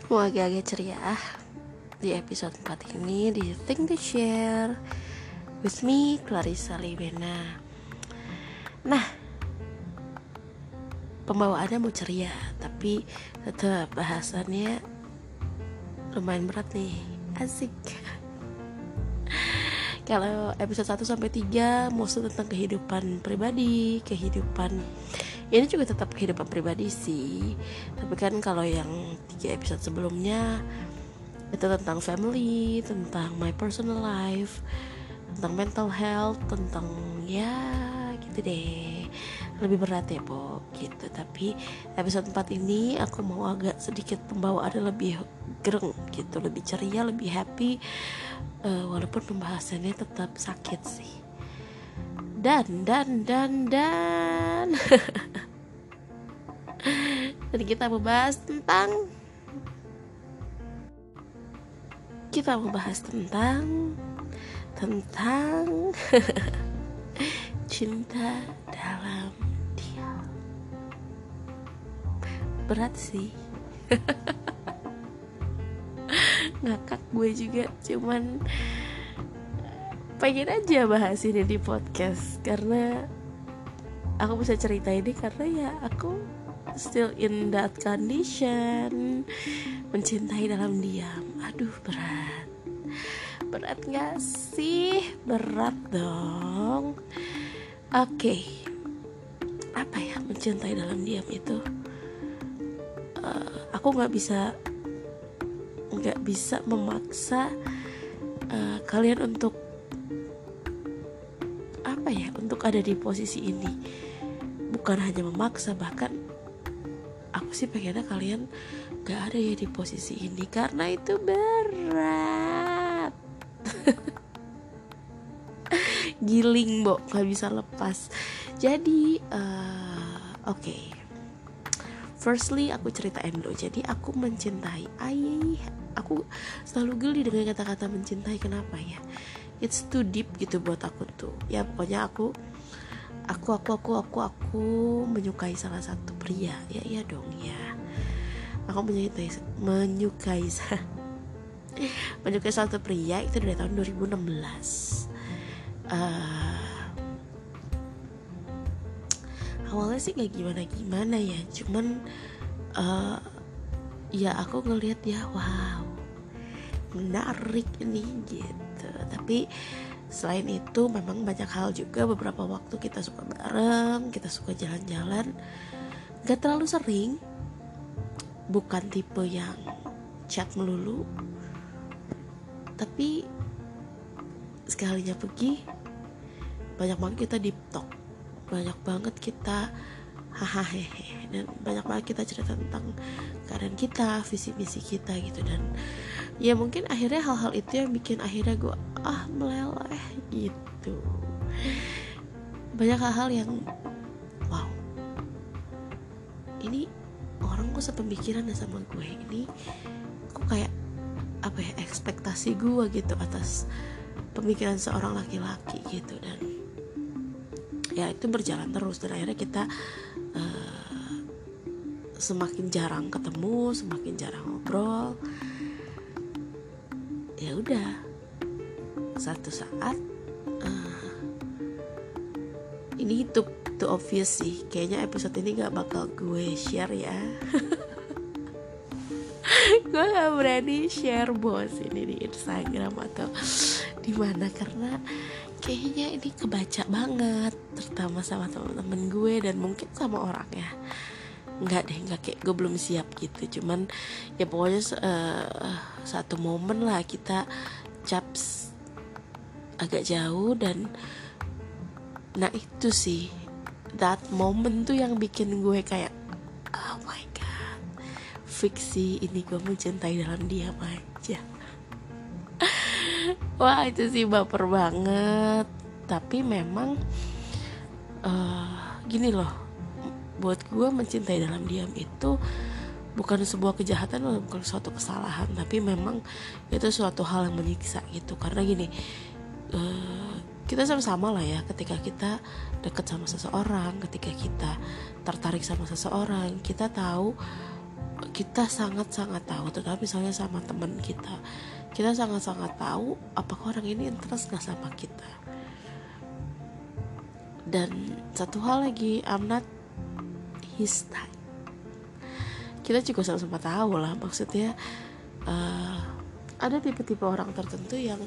Mau agak-agak ceria di episode 4 ini di Think to Share with me, Clarissa Libena. Nah, pembawaannya mau ceria, tapi tetap bahasannya lumayan berat nih. Asik. Kalau episode 1 sampai 3 mostly tentang kehidupan pribadi, ini juga tetap kehidupan pribadi sih. Tapi kan kalau yang 3 episode sebelumnya itu tentang family, tentang my personal life, tentang mental health, tentang ya gitu deh. Lebih berat ya Bob gitu. Tapi episode 4 ini aku mau agak sedikit pembawaannya lebih gereng gitu, lebih ceria, lebih happy, walaupun pembahasannya tetap sakit sih. Dan dan kita membahas tentang cinta dalam diam. Berat sih. Ngakak gue juga, cuman pengen aja bahas ini di podcast karena aku bisa cerita ini karena ya aku still in that condition, mencintai dalam diam. Aduh, berat gak sih? Berat dong. Oke. Apa ya mencintai dalam diam itu? Aku gak bisa memaksa kalian untuk untuk ada di posisi ini. Bukan hanya memaksa, bahkan aku sih pengennya kalian gak ada ya di posisi ini karena itu berat. Giling gak bisa lepas. Jadi oke. Firstly aku ceritain dulu. Jadi aku mencintai aku selalu geli dengan kata-kata mencintai. Kenapa ya? It's too deep gitu buat aku tuh. Ya pokoknya aku menyukai salah satu pria. Ya dong ya. Aku menyukai satu pria itu dari tahun 2016. Awalnya sih gak gimana ya, cuman ya aku ngelihat ya wow menarik ini gitu. Tapi selain itu memang banyak hal juga. Beberapa waktu kita suka bareng, kita suka jalan-jalan, gak terlalu sering, bukan tipe yang chat melulu, tapi sekalinya pergi banyak banget kita deep talk, banyak banget kita hahaha, dan banyak banget kita cerita tentang keadaan kita, visi misi kita gitu. Dan ya mungkin akhirnya hal-hal itu yang bikin akhirnya gue meleleh gitu. Banyak hal-hal yang wow, ini orang kok sepemikiran sama gue, ini kok kayak ekspektasi gue gitu atas pemikiran seorang laki-laki gitu. Dan ya itu berjalan terus, dan akhirnya kita semakin jarang ketemu, semakin jarang ngobrol. Ya udah, satu saat ini too obvious sih, kayaknya episode ini gak bakal gue share ya. Gue gak berani share bos ini di Instagram atau di mana, karena kayaknya ini kebaca banget, terutama sama teman-teman gue dan mungkin sama orangnya. Enggak kayak gue belum siap gitu. Cuman ya pokoknya satu momen lah kita caps agak jauh, dan nah itu sih, that moment tuh yang bikin gue kayak oh my god, fiksi ini gue mencintai dalam diam aja. Wah itu sih baper banget. Tapi memang gini loh, buat gue mencintai dalam diam itu bukan sebuah kejahatan, bukan suatu kesalahan, tapi memang itu suatu hal yang menyiksa gitu. Karena gini, kita sama-sama lah ya, ketika kita dekat sama seseorang, ketika kita tertarik sama seseorang, kita tahu kita sangat-sangat tahu, tetapi misalnya sama teman kita sangat-sangat tahu apakah orang ini interest gak sama kita. Dan satu hal lagi, I'm not his type. Kita juga sama-sama tahu lah, maksudnya ada tipe-tipe orang tertentu yang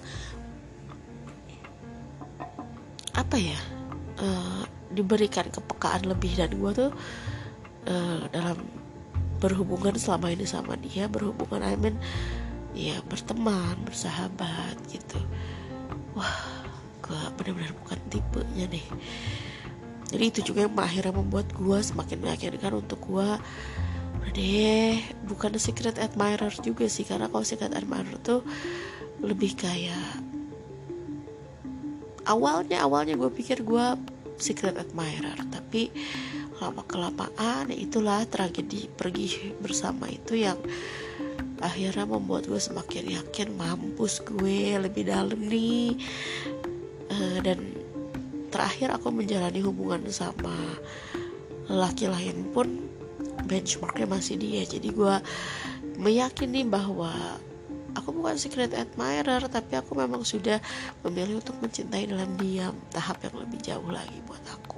diberikan kepekaan lebih, dan gue tuh dalam berhubungan selama ini sama dia, berhubungan ya berteman, bersahabat gitu, wah gue benar-benar bukan tipenya deh. Jadi itu juga yang akhirnya membuat gue semakin meyakinkan untuk gue udah deh, bukan secret admirer juga sih, karena kalau secret admirer tuh lebih kayak awalnya gue pikir gue secret admirer, tapi lama kelamaan itulah tragedi pergi bersama itu yang akhirnya membuat gue semakin yakin mampus gue lebih dalam nih. Dan terakhir aku menjalani hubungan sama lelaki lain pun benchmarknya masih dia. Jadi gue meyakini bahwa aku bukan secret admirer, tapi aku memang sudah memilih untuk mencintai dalam diam, tahap yang lebih jauh lagi buat aku.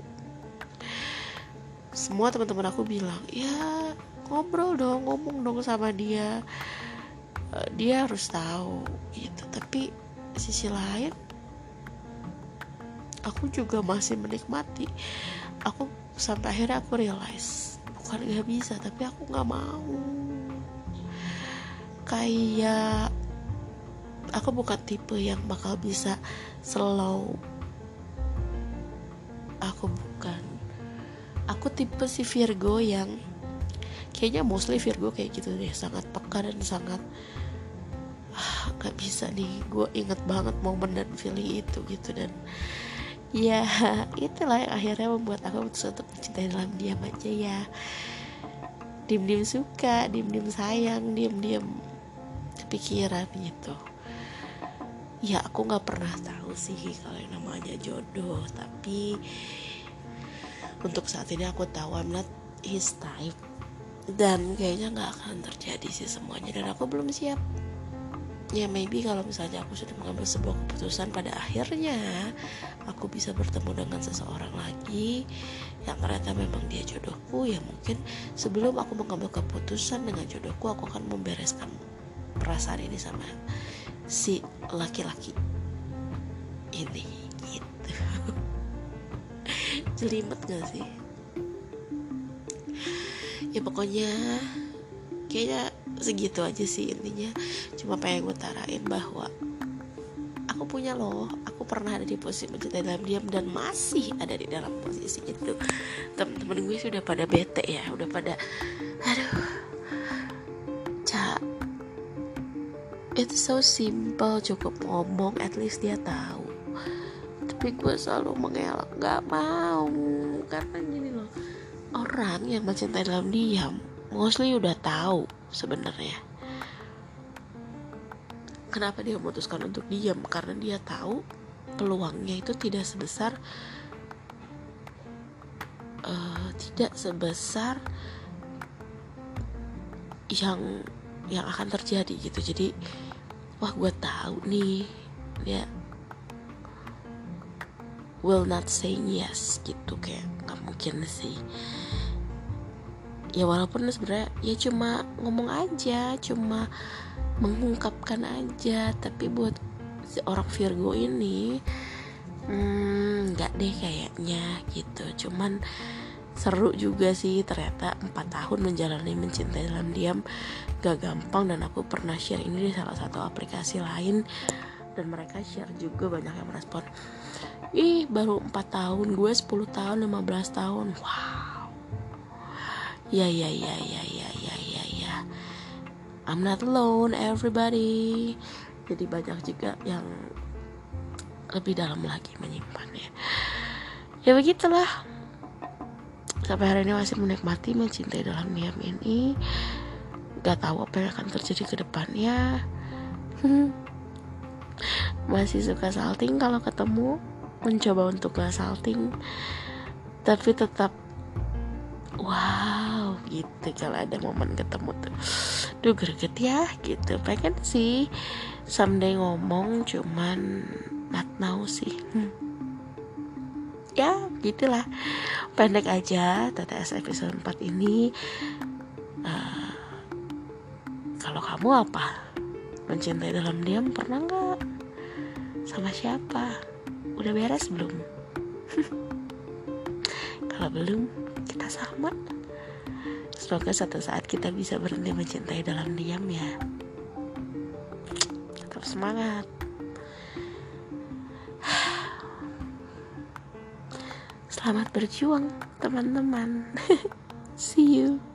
Semua teman-teman aku bilang, ya ngobrol dong, ngomong dong sama dia, dia harus tahu gitu. Tapi sisi lain, aku juga masih menikmati. Aku sampai akhirnya aku realize, bukan gak bisa, tapi aku gak mau. Kayak aku bukan tipe yang bakal bisa slow. Aku tipe si Virgo yang kayaknya mostly Virgo kayak gitu deh, sangat peka dan sangat gak bisa nih. Gue inget banget momen dan feeling itu gitu, dan ya itulah yang akhirnya membuat aku berusaha untuk mencintai dalam diam aja ya. Diam-diam suka, diam-diam sayang, diam-diam kepikiran gitu. Ya aku gak pernah tahu sih kalau yang namanya jodoh, tapi untuk saat ini aku tahu I'm not his type, dan kayaknya gak akan terjadi sih semuanya, dan aku belum siap. Ya maybe kalau misalnya aku sudah mengambil sebuah keputusan, pada akhirnya aku bisa bertemu dengan seseorang lagi yang ternyata memang dia jodohku, ya mungkin sebelum aku mengambil keputusan dengan jodohku, aku akan membereskan perasaan ini sama si laki-laki ini gitu. Jelimet gak sih? Ya pokoknya kayaknya segitu aja sih intinya. Cuma pengen gue utarain bahwa aku punya loh, aku pernah ada di posisi mencintai dalam diam dan masih ada di dalam posisi itu. Temen-temen gue sudah pada bete ya, udah pada it's so simple, cukup ngomong at least dia tahu. Tapi gue selalu mengelak, gak mau, karena gini loh, orang yang mencintai dalam diam mostly udah tahu sebenarnya kenapa dia memutuskan untuk diam, karena dia tahu peluangnya itu tidak sebesar yang akan terjadi gitu. Jadi wah gue tahu nih dia will not say yes gitu, kayak nggak mungkin sih. Ya walaupun sebenarnya ya cuma ngomong aja, cuma mengungkapkan aja, tapi buat si orang Virgo ini nggak deh kayaknya gitu. Cuman seru juga sih, ternyata 4 tahun menjalani mencintai dalam diam gak gampang. Dan aku pernah share ini di salah satu aplikasi lain, dan mereka share juga banyak yang merespon, ih baru 4 tahun, gue 10 tahun, 15 tahun. Wow. Ya I'm not alone everybody. Jadi banyak juga yang lebih dalam lagi menyimpannya. Ya begitulah. Sampai hari ini masih menikmati mencintai dalam diam ini. Gak tahu apa yang akan terjadi ke depannya. Masih suka salting kalau ketemu, mencoba untuk gak salting, tapi tetap wow, loh gitu kalau ada momen ketemu tuh. Duh greget ya gitu. Pengen sih someday ngomong, cuman not now sih. Ya gitulah, pendek aja TTS episode 4 ini. Kalau kamu apa? Mencintai dalam diam pernah gak? Sama siapa? Udah beres belum? Kalau belum, kita sama. Semoga suatu saat kita bisa berhenti mencintai dalam diam ya. Tetap semangat. Selamat berjuang teman-teman. See you.